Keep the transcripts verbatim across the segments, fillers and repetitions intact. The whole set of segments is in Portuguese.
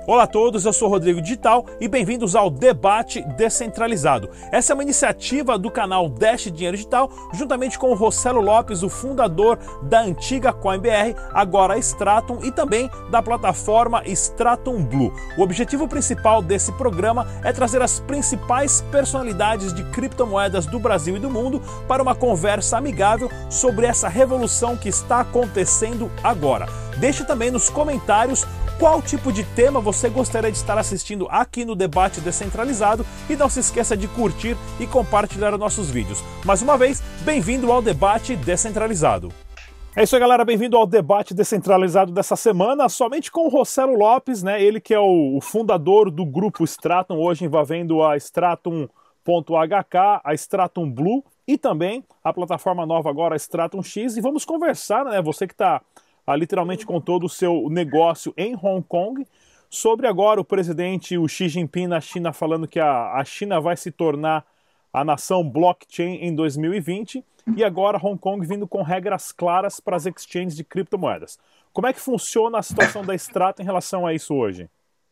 Olá a todos, eu sou Rodrigo Digital e bem-vindos ao Debate Descentralizado. Essa é uma iniciativa do canal Dash Dinheiro Digital, juntamente com o Rossello Lopes, o fundador da antiga CoinBR, agora Stratum, e também da plataforma Stratum Blue. O objetivo principal desse programa é trazer as principais personalidades de criptomoedas do Brasil e do mundo para uma conversa amigável sobre essa revolução que está acontecendo agora. Deixe também nos comentários qual tipo de tema você gostaria de estar assistindo aqui no Debate Descentralizado e não se esqueça de curtir e compartilhar os nossos vídeos. Mais uma vez, bem-vindo ao Debate Descentralizado. É isso aí, galera, bem-vindo ao Debate Descentralizado dessa semana, somente com o Rossello Lopes, né? Ele que é o fundador do grupo Stratum, hoje envolvendo a Stratum ponto H K, a Stratum Blue e também a plataforma nova agora, a Stratum X, e vamos conversar, né? Você que está Ah, literalmente com todo o seu negócio em Hong Kong, sobre agora o presidente o Xi Jinping na China falando que a, a China vai se tornar a nação blockchain em dois mil e vinte, e agora Hong Kong vindo com regras claras para as exchanges de criptomoedas. Como é que funciona a situação da Stratum em relação a isso hoje?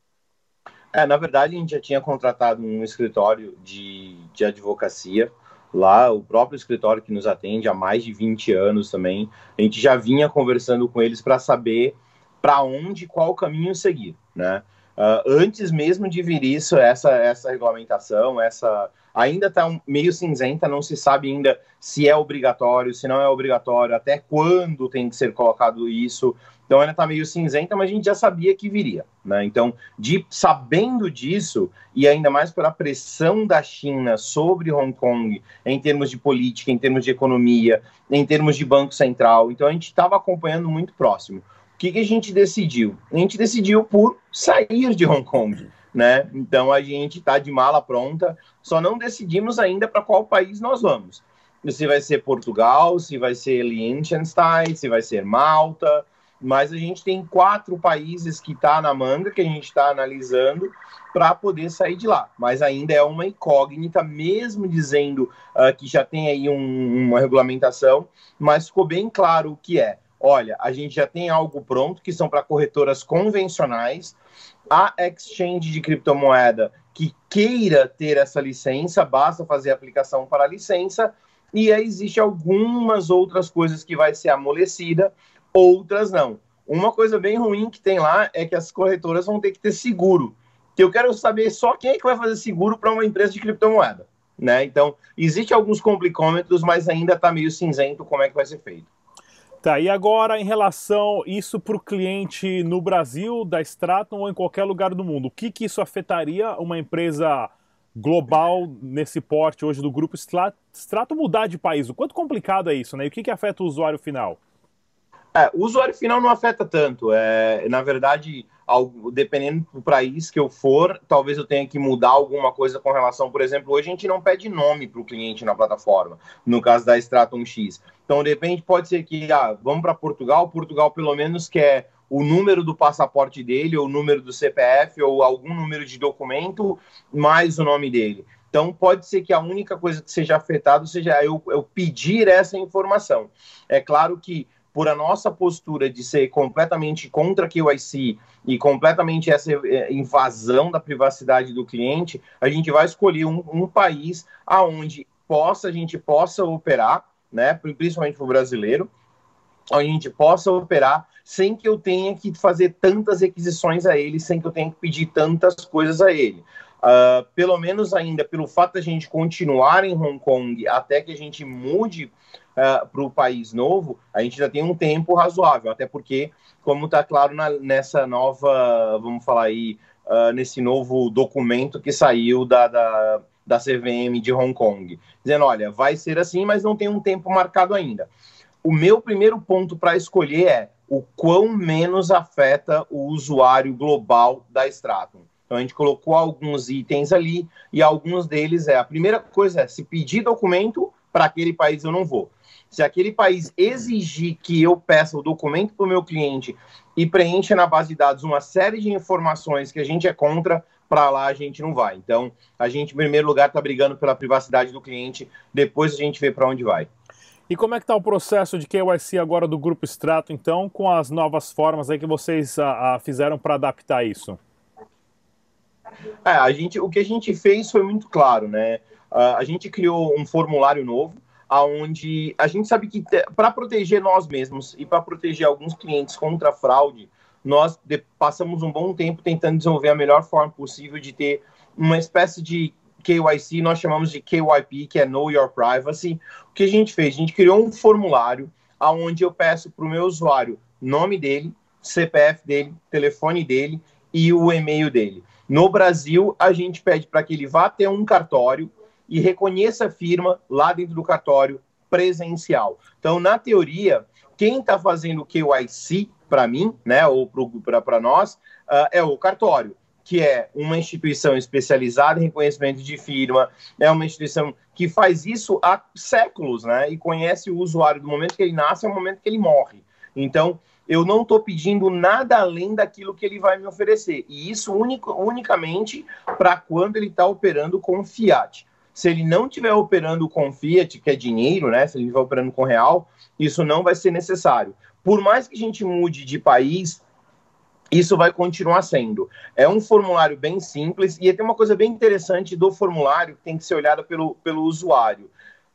É, na verdade, a gente já tinha contratado um escritório de, de advocacia lá, o próprio escritório que nos atende há mais de vinte anos também. A gente já vinha conversando com eles para saber para onde, qual caminho seguir, né? Uh, antes mesmo de vir isso, essa, essa regulamentação, essa ainda está um, meio cinzenta, não se sabe ainda se é obrigatório, se não é obrigatório, até quando tem que ser colocado isso. Então ainda está meio cinzenta, mas a gente já sabia que viria, né? Então, de, sabendo disso, e ainda mais pela pressão da China sobre Hong Kong, em termos de política, em termos de economia, em termos de Banco Central, então a gente estava acompanhando muito próximo. O que, que a gente decidiu? A gente decidiu por sair de Hong Kong, né? Então a gente está de mala pronta, só não decidimos ainda para qual país nós vamos. Se vai ser Portugal, se vai ser Liechtenstein, se vai ser Malta, mas a gente tem quatro países que está na manga, que a gente está analisando para poder sair de lá. Mas ainda é uma incógnita, mesmo dizendo uh, que já tem aí um, uma regulamentação, mas ficou bem claro o que é. Olha, a gente já tem algo pronto, que são para corretoras convencionais. A exchange de criptomoeda que queira ter essa licença, basta fazer a aplicação para a licença, e aí existe algumas outras coisas que vai ser amolecida, outras não. Uma coisa bem ruim que tem lá é que as corretoras vão ter que ter seguro, que eu quero saber só quem é que vai fazer seguro para uma empresa de criptomoeda, né? Então, existe alguns complicômetros, mas ainda está meio cinzento como é que vai ser feito. Tá, e agora em relação isso para o cliente no Brasil, da Stratum ou em qualquer lugar do mundo, o que, que isso afetaria uma empresa global nesse porte hoje do grupo Stratum mudar de país? O quanto complicado é isso, né? E o que, que afeta o usuário final? É, o usuário final não afeta tanto. É, na verdade, ao, dependendo do país que eu for, talvez eu tenha que mudar alguma coisa com relação, por exemplo, hoje a gente não pede nome para o cliente na plataforma, no caso da Stratum X. Então, de repente, pode ser que, ah, vamos para Portugal, Portugal pelo menos quer o número do passaporte dele, ou o número do C P F, ou algum número de documento, mais o nome dele. Então, pode ser que a única coisa que seja afetada seja eu, eu pedir essa informação. É claro que, por a nossa postura de ser completamente contra Q I C e completamente essa invasão da privacidade do cliente, a gente vai escolher um, um país aonde possa, a gente possa operar, né, principalmente para o brasileiro, onde a gente possa operar sem que eu tenha que fazer tantas requisições a ele, sem que eu tenha que pedir tantas coisas a ele. Uh, pelo menos ainda, pelo fato de a gente continuar em Hong Kong até que a gente mude uh, para o país novo, a gente já tem um tempo razoável, até porque, como está claro na, nessa nova, vamos falar aí, uh, nesse novo documento que saiu da, da, da C V M de Hong Kong, dizendo, olha, vai ser assim, mas não tem um tempo marcado ainda. O meu primeiro ponto para escolher é o quão menos afeta o usuário global da Stratum. Então, a gente colocou alguns itens ali, e alguns deles é, a primeira coisa é, se pedir documento, para aquele país eu não vou. Se aquele país exigir que eu peça o documento para o meu cliente e preencha na base de dados uma série de informações que a gente é contra, para lá a gente não vai. Então, a gente, em primeiro lugar, está brigando pela privacidade do cliente, depois a gente vê para onde vai. E como é que está o processo de K Y C agora do Grupo Stratum, então, com as novas formas aí que vocês a, a fizeram para adaptar isso? É, a gente, o que a gente fez foi muito claro, né? Uh, a gente criou um formulário novo, aonde a gente sabe que para proteger nós mesmos e para proteger alguns clientes contra a fraude, nós de, passamos um bom tempo tentando desenvolver a melhor forma possível de ter uma espécie de K Y C, nós chamamos de K Y P, que é Know Your Privacy. O que a gente fez? A gente criou um formulário aonde eu peço para o meu usuário nome dele, C P F dele, telefone dele e o e-mail dele. No Brasil, a gente pede para que ele vá até um cartório e reconheça a firma lá dentro do cartório presencial. Então, na teoria, quem está fazendo o K Y C para mim, né, ou para nós, uh, é o cartório, que é uma instituição especializada em reconhecimento de firma, é uma instituição que faz isso há séculos, né, e conhece o usuário do momento que ele nasce ao momento que ele morre. Então, eu não estou pedindo nada além daquilo que ele vai me oferecer. E isso unico, unicamente para quando ele está operando com fiat. Se ele não estiver operando com fiat, que é dinheiro, né? Se ele estiver operando com real, isso não vai ser necessário. Por mais que a gente mude de país, isso vai continuar sendo. É um formulário bem simples e tem uma coisa bem interessante do formulário que tem que ser olhada pelo, pelo usuário.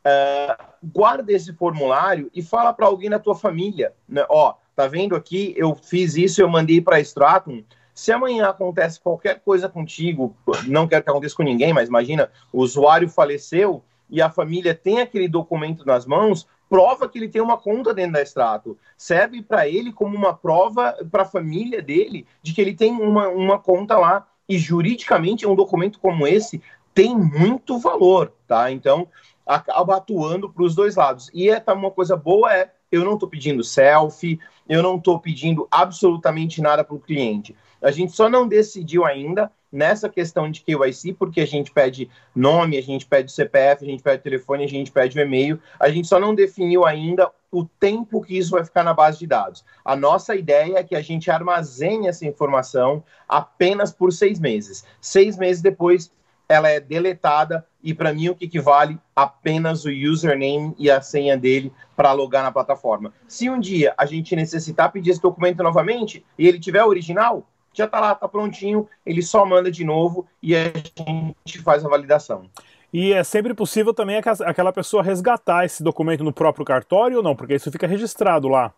Uh, guarda esse formulário e fala para alguém da tua família, né? Ó, tá vendo aqui, eu fiz isso, eu mandei para a Stratum. Se amanhã acontece qualquer coisa contigo, não quero que aconteça com ninguém, mas imagina, o usuário faleceu e a família tem aquele documento nas mãos, prova que ele tem uma conta dentro da Stratum. Serve para ele como uma prova para a família dele de que ele tem uma, uma conta lá. E juridicamente, um documento como esse tem muito valor, tá? Então, acaba atuando para os dois lados. E é, tá, uma coisa boa é, eu não estou pedindo selfie, eu não estou pedindo absolutamente nada para o cliente. A gente só não decidiu ainda nessa questão de K Y C, porque a gente pede nome, a gente pede C P F, a gente pede telefone, a gente pede o e-mail. A gente só não definiu ainda o tempo que isso vai ficar na base de dados. A nossa ideia é que a gente armazene essa informação apenas por seis meses. Seis meses depois, ela é deletada e, para mim, o que, que vale? Apenas o username e a senha dele para logar na plataforma. Se um dia a gente necessitar pedir esse documento novamente e ele tiver original, já está lá, está prontinho, ele só manda de novo e a gente faz a validação. E é sempre possível também aquela pessoa resgatar esse documento no próprio cartório ou não? Porque isso fica registrado lá.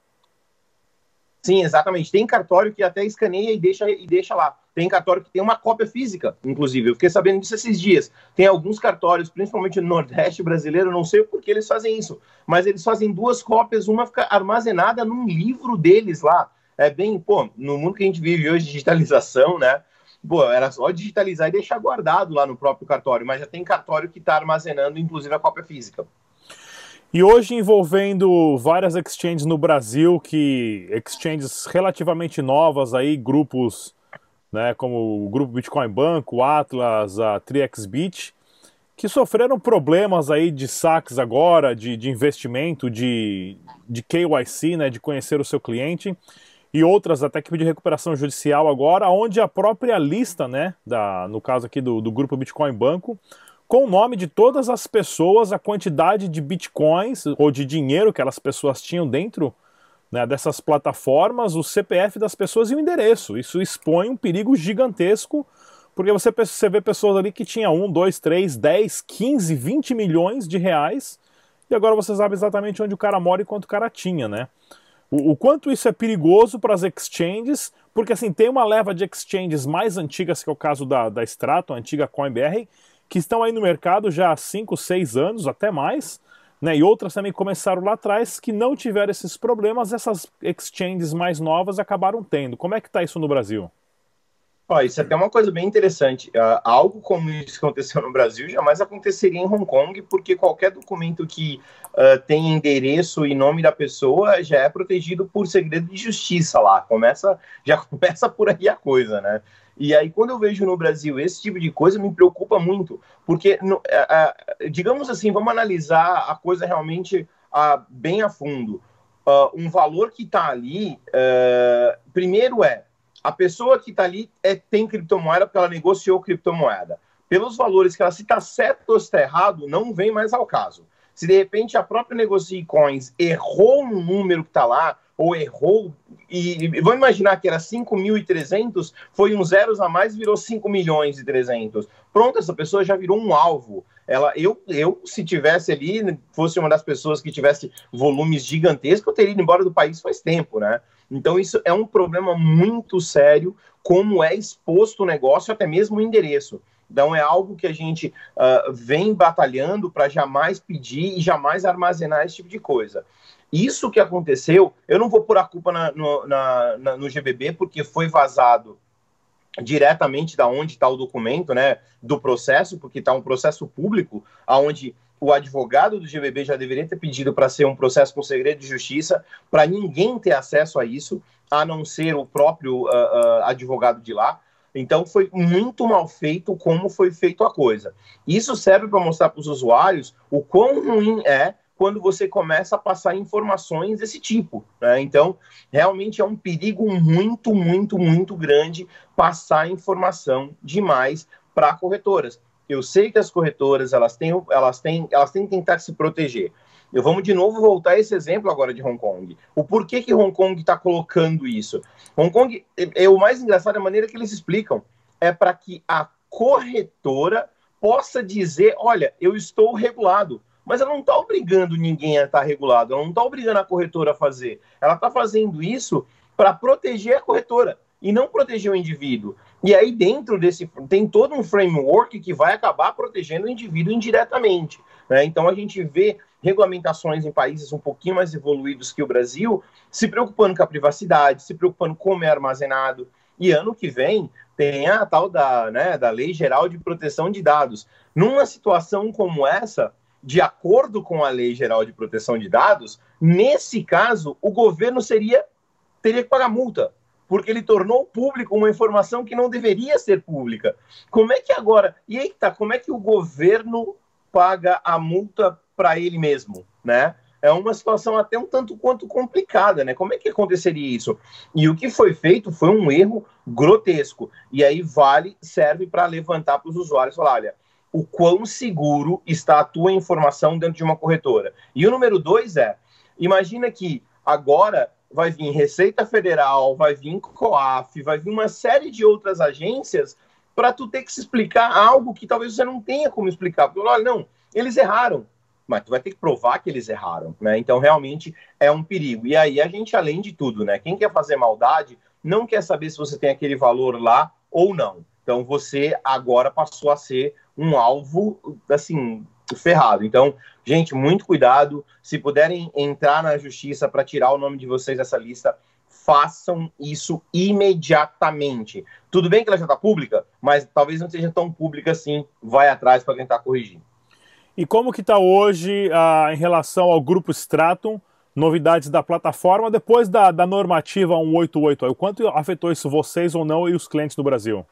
Sim, exatamente. Tem cartório que até escaneia e deixa, e deixa lá. Tem cartório que tem uma cópia física, inclusive. Eu fiquei sabendo disso esses dias. Tem alguns cartórios, principalmente no Nordeste brasileiro, não sei por que eles fazem isso, mas eles fazem duas cópias, uma fica armazenada num livro deles lá. É bem, pô, no mundo que a gente vive hoje, digitalização, né? Pô, era só digitalizar e deixar guardado lá no próprio cartório, mas já tem cartório que está armazenando, inclusive, a cópia física. E hoje envolvendo várias exchanges no Brasil, que exchanges relativamente novas aí, grupos, né, como o Grupo Bitcoin Banco, o Atlas, a três x bit, que sofreram problemas aí de saques agora, de, de investimento, de, de K Y C, né, de conhecer o seu cliente, e outras até que de recuperação judicial agora, onde a própria lista, né, da, no caso aqui do, do Grupo Bitcoin Banco, com o nome de todas as pessoas, a quantidade de bitcoins ou de dinheiro que aquelas pessoas tinham dentro, né, dessas plataformas, o C P F das pessoas e o endereço. Isso expõe um perigo gigantesco, porque você, você vê pessoas ali que tinham um, dois, três, dez, quinze, vinte milhões de reais, e agora você sabe exatamente onde o cara mora e quanto o cara tinha, né? O, o quanto isso é perigoso para as exchanges, porque assim, tem uma leva de exchanges mais antigas, que é o caso da, da Stratum, a antiga CoinBR, que estão aí no mercado já há cinco, seis anos, até mais, né? E outras também começaram lá atrás que não tiveram esses problemas, essas exchanges mais novas acabaram tendo. Como é que está isso no Brasil? Ó, isso é até uma coisa bem interessante. Uh, algo como isso que aconteceu no Brasil jamais aconteceria em Hong Kong, porque qualquer documento que uh, tem endereço e nome da pessoa já é protegido por segredo de justiça lá. Começa, já começa por aí a coisa, né? E aí, quando eu vejo no Brasil esse tipo de coisa, me preocupa muito, porque, no, uh, uh, digamos assim, vamos analisar a coisa realmente uh, bem a fundo. Uh, um valor que está ali, uh, primeiro é, a pessoa que está ali é, tem criptomoeda porque ela negociou criptomoeda. Pelos valores que ela, se está certo ou se está errado, não vem mais ao caso. Se de repente a própria Negocie Coins errou no número que está lá, ou errou, e, e vamos imaginar que era cinco mil e trezentos, foi uns zeros a mais e virou cinco milhões e trezentos. Pronto, essa pessoa já virou um alvo. Ela, eu, eu, se tivesse ali, fosse uma das pessoas que tivesse volumes gigantescos, eu teria ido embora do país faz tempo, né? Então isso é um problema muito sério, como é exposto o negócio, até mesmo o endereço. Então é algo que a gente uh, vem batalhando para jamais pedir e jamais armazenar esse tipo de coisa. Isso que aconteceu, eu não vou pôr a culpa na, no, na, na, no G B B, porque foi vazado diretamente da onde está o documento, né, do processo, porque está um processo público, onde o advogado do G B B já deveria ter pedido para ser um processo com segredo de justiça, para ninguém ter acesso a isso, a não ser o próprio uh, uh, advogado de lá. Então foi muito mal feito como foi feita a coisa. Isso serve para mostrar para os usuários o quão ruim é quando você começa a passar informações desse tipo, né? Então, realmente é um perigo muito, muito, muito grande passar informação demais para corretoras. Eu sei que as corretoras, elas têm, elas têm, elas têm que tentar se proteger. Eu vamos de novo voltar a esse exemplo agora de Hong Kong. O porquê que Hong Kong está colocando isso? Hong Kong, é, é o mais engraçado, a maneira que eles explicam, é para que a corretora possa dizer, olha, eu estou regulado. Mas ela não está obrigando ninguém a estar regulado, ela não está obrigando a corretora a fazer. Ela está fazendo isso para proteger a corretora e não proteger o indivíduo. E aí dentro desse, tem todo um framework que vai acabar protegendo o indivíduo indiretamente, né? Então a gente vê regulamentações em países um pouquinho mais evoluídos que o Brasil se preocupando com a privacidade, se preocupando com como é armazenado. E ano que vem tem a tal da, né, da Lei Geral de Proteção de Dados. Numa situação como essa, de acordo com a Lei Geral de Proteção de Dados, nesse caso, o governo seria, teria que pagar multa, porque ele tornou público uma informação que não deveria ser pública. Como é que agora... E aí tá, como é que o governo paga a multa para ele mesmo, né? É uma situação até um tanto quanto complicada, né? Como é que aconteceria isso? E o que foi feito foi um erro grotesco. E aí vale, serve para levantar para os usuários e falar, olha, o quão seguro está a tua informação dentro de uma corretora. E o número dois é, imagina que agora vai vir Receita Federal, vai vir COAF, vai vir uma série de outras agências para tu ter que se explicar algo que talvez você não tenha como explicar. Porque, olha, não, eles erraram, mas tu vai ter que provar que eles erraram, né? Então, realmente, é um perigo. E aí, a gente, além de tudo, né, quem quer fazer maldade não quer saber se você tem aquele valor lá ou não. Então, você agora passou a ser um alvo, assim, ferrado. Então, gente, muito cuidado. Se puderem entrar na justiça para tirar o nome de vocês dessa lista, façam isso imediatamente. Tudo bem que ela já está pública, mas talvez não seja tão pública assim. Vai atrás para tentar corrigir. E como que está hoje ah, em relação ao Grupo Stratum, novidades da plataforma, depois da, da normativa cento e oitenta e oito? O quanto afetou isso vocês ou não e os clientes do Brasil?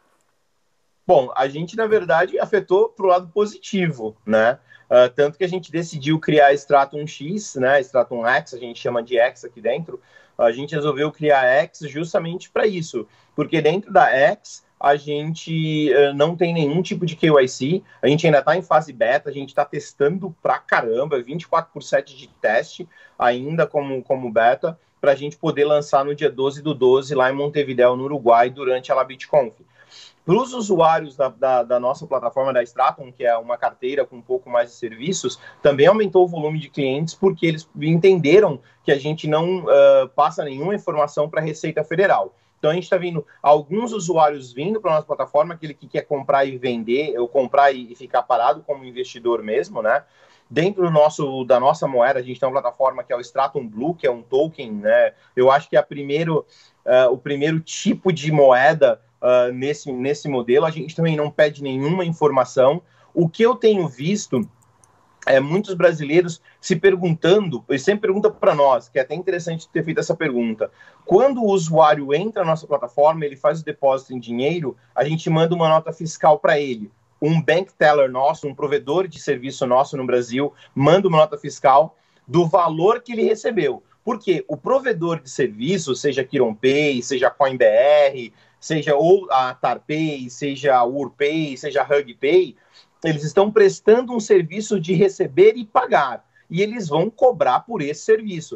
Bom, a gente, na verdade, afetou para o lado positivo, né? Uh, tanto que a gente decidiu criar Stratum X, né? Stratum X, a gente chama de X aqui dentro. A gente resolveu criar X justamente para isso, porque dentro da X a gente uh, não tem nenhum tipo de K Y C, a gente ainda está em fase beta, a gente está testando pra caramba, vinte e quatro por sete de teste ainda como, como beta, para a gente poder lançar no dia doze do doze lá em Montevidéu, no Uruguai, durante a LabitConf. Para os usuários da, da, da nossa plataforma da Stratum, que é uma carteira com um pouco mais de serviços, também aumentou o volume de clientes porque eles entenderam que a gente não uh, passa nenhuma informação para a Receita Federal. Então a gente está vendo alguns usuários vindo para a nossa plataforma, aquele que quer comprar e vender, ou comprar e, e ficar parado como investidor mesmo, né? Dentro do nosso, da nossa moeda, a gente tem uma plataforma que é o Stratum Blue, que é um token, né? Eu acho que é a primeiro, uh, o primeiro tipo de moeda Uh, nesse, nesse modelo. A gente também não pede nenhuma informação. O que eu tenho visto é muitos brasileiros se perguntando, eles sempre perguntam para nós, que é até interessante ter feito essa pergunta, quando o usuário entra na nossa plataforma, ele faz o depósito em dinheiro, a gente manda uma nota fiscal para ele. Um bank teller nosso, um provedor de serviço nosso no Brasil, manda uma nota fiscal do valor que ele recebeu. Porque o provedor de serviço, seja KironPay, seja CoinBR, seja ou a TarPay, seja a UrPay, seja a HugPay, eles estão prestando um serviço de receber e pagar, e eles vão cobrar por esse serviço.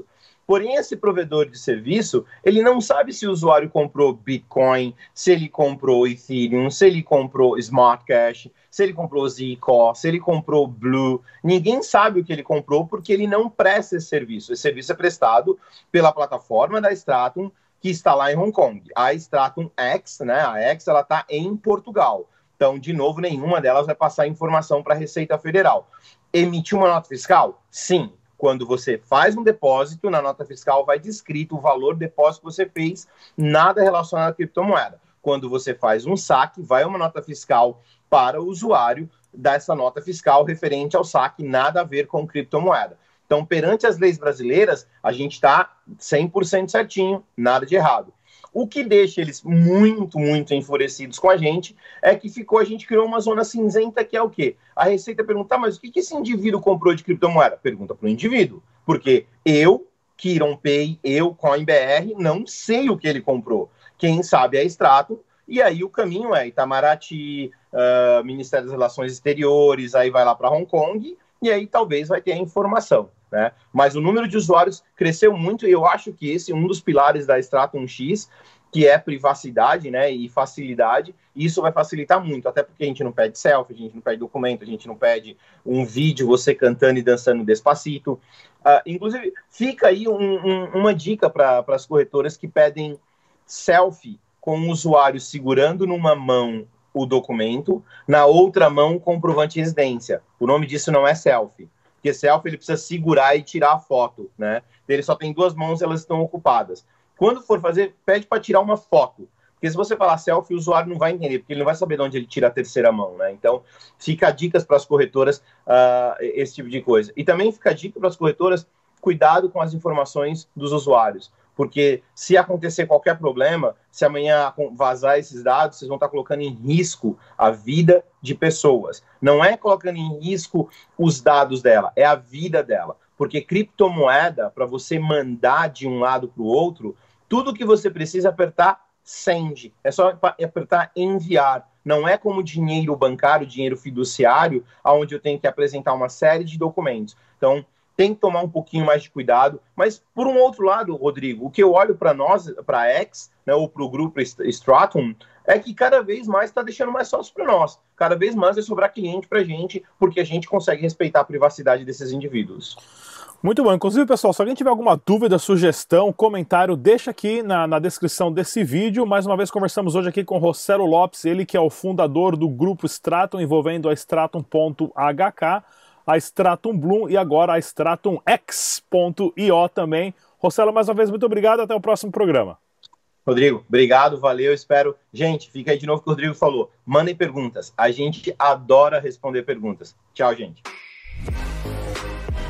Porém, esse provedor de serviço, ele não sabe se o usuário comprou Bitcoin, se ele comprou Ethereum, se ele comprou Smart Cash, se ele comprou Zcash, se ele comprou Blue. Ninguém sabe o que ele comprou porque ele não presta esse serviço. Esse serviço é prestado pela plataforma da Stratum, que está lá em Hong Kong. A Stratum X, né, a X, ela está em Portugal. Então, de novo, nenhuma delas vai passar informação para a Receita Federal. Emitir uma nota fiscal? Sim. Quando você faz um depósito, na nota fiscal vai descrito o valor do depósito que você fez, nada relacionado à criptomoeda. Quando você faz um saque, vai uma nota fiscal para o usuário dessa nota fiscal referente ao saque, nada a ver com criptomoeda. Então, perante as leis brasileiras, a gente está cem por cento certinho, nada de errado. O que deixa eles muito, muito enfurecidos com a gente é que ficou, a gente criou uma zona cinzenta que é o quê? A Receita pergunta, mas o que, que esse indivíduo comprou de criptomoeda? Pergunta para o indivíduo. Porque eu, Kiron Pay, eu, CoinBR, não sei o que ele comprou. Quem sabe é a Stratum, e aí o caminho é Itamaraty, uh, Ministério das Relações Exteriores, aí vai lá para Hong Kong, e aí talvez vai ter a informação. Né? Mas o número de usuários cresceu muito e eu acho que esse é um dos pilares da Stratum X, que é privacidade, né, e facilidade, e isso vai facilitar muito, até porque a gente não pede selfie, a gente não pede documento, a gente não pede um vídeo você cantando e dançando Despacito. Uh, inclusive, fica aí um, um, uma dica para as corretoras que pedem selfie com o usuário segurando numa mão o documento, na outra mão o comprovante de residência. O nome disso não é selfie. Porque selfie ele precisa segurar e tirar a foto, né? Ele só tem duas mãos e elas estão ocupadas. Quando for fazer, pede para tirar uma foto. Porque se você falar selfie, o usuário não vai entender, porque ele não vai saber de onde ele tira a terceira mão, né? Então, fica dicas para as corretoras, uh, esse tipo de coisa. E também fica a dica para as corretoras, cuidado com as informações dos usuários. Porque se acontecer qualquer problema, se amanhã vazar esses dados, vocês vão estar colocando em risco a vida de pessoas. Não é colocando em risco os dados dela, é a vida dela. Porque criptomoeda, para você mandar de um lado para o outro, tudo que você precisa é apertar send. É só apertar enviar. Não é como dinheiro bancário, dinheiro fiduciário, onde eu tenho que apresentar uma série de documentos. Então, tem que tomar um pouquinho mais de cuidado, mas por um outro lado, Rodrigo, o que eu olho para nós, para a X, né, ou para o grupo Stratum, é que cada vez mais está deixando mais fácil para nós, cada vez mais vai sobrar cliente para a gente, porque a gente consegue respeitar a privacidade desses indivíduos. Muito bom. Inclusive, pessoal, se alguém tiver alguma dúvida, sugestão, comentário, deixa aqui na, na descrição desse vídeo. Mais uma vez, conversamos hoje aqui com Rossello Lopes, ele que é o fundador do grupo Stratum, envolvendo a Stratum ponto H K, a Stratum Bloom e agora a Stratum X ponto I O também. Rossello, mais uma vez, muito obrigado. Até o próximo programa. Rodrigo, obrigado, valeu, espero. Gente, fica aí de novo o que o Rodrigo falou. Mandem perguntas. A gente adora responder perguntas. Tchau, gente.